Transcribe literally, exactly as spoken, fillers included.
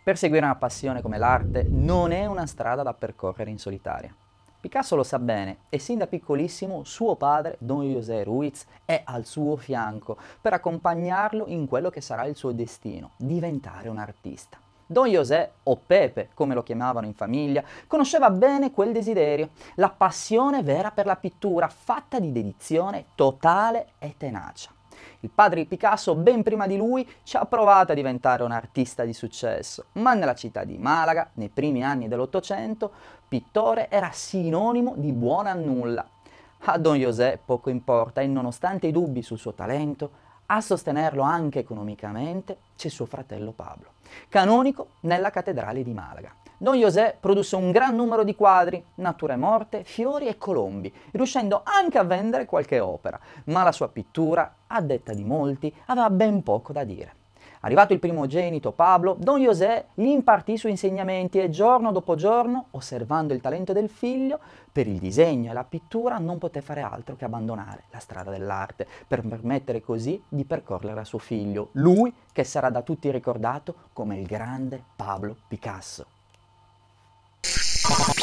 Perseguire una passione come l'arte non è una strada da percorrere in solitaria. Picasso lo sa bene e sin da piccolissimo suo padre, Don José Ruiz, è al suo fianco per accompagnarlo in quello che sarà il suo destino, diventare un artista. Don José, o Pepe, come lo chiamavano in famiglia, conosceva bene quel desiderio, la passione vera per la pittura, fatta di dedizione totale e tenacia. Il padre di Picasso, ben prima di lui, ci ha provato a diventare un artista di successo, ma nella città di Malaga, nei primi anni dell'Ottocento, pittore era sinonimo di buono a nulla. A Don José poco importa e nonostante i dubbi sul suo talento, a sostenerlo anche economicamente c'è suo fratello Pablo, canonico nella cattedrale di Malaga. Don José produsse un gran numero di quadri, nature morte, fiori e colombi, riuscendo anche a vendere qualche opera, ma la sua pittura, a detta di molti, aveva ben poco da dire. Arrivato il primogenito Pablo, Don José gli impartì i suoi insegnamenti e giorno dopo giorno, osservando il talento del figlio, per il disegno e la pittura non poté fare altro che abbandonare la strada dell'arte, per permettere così di percorrere a suo figlio, lui che sarà da tutti ricordato come il grande Pablo Picasso.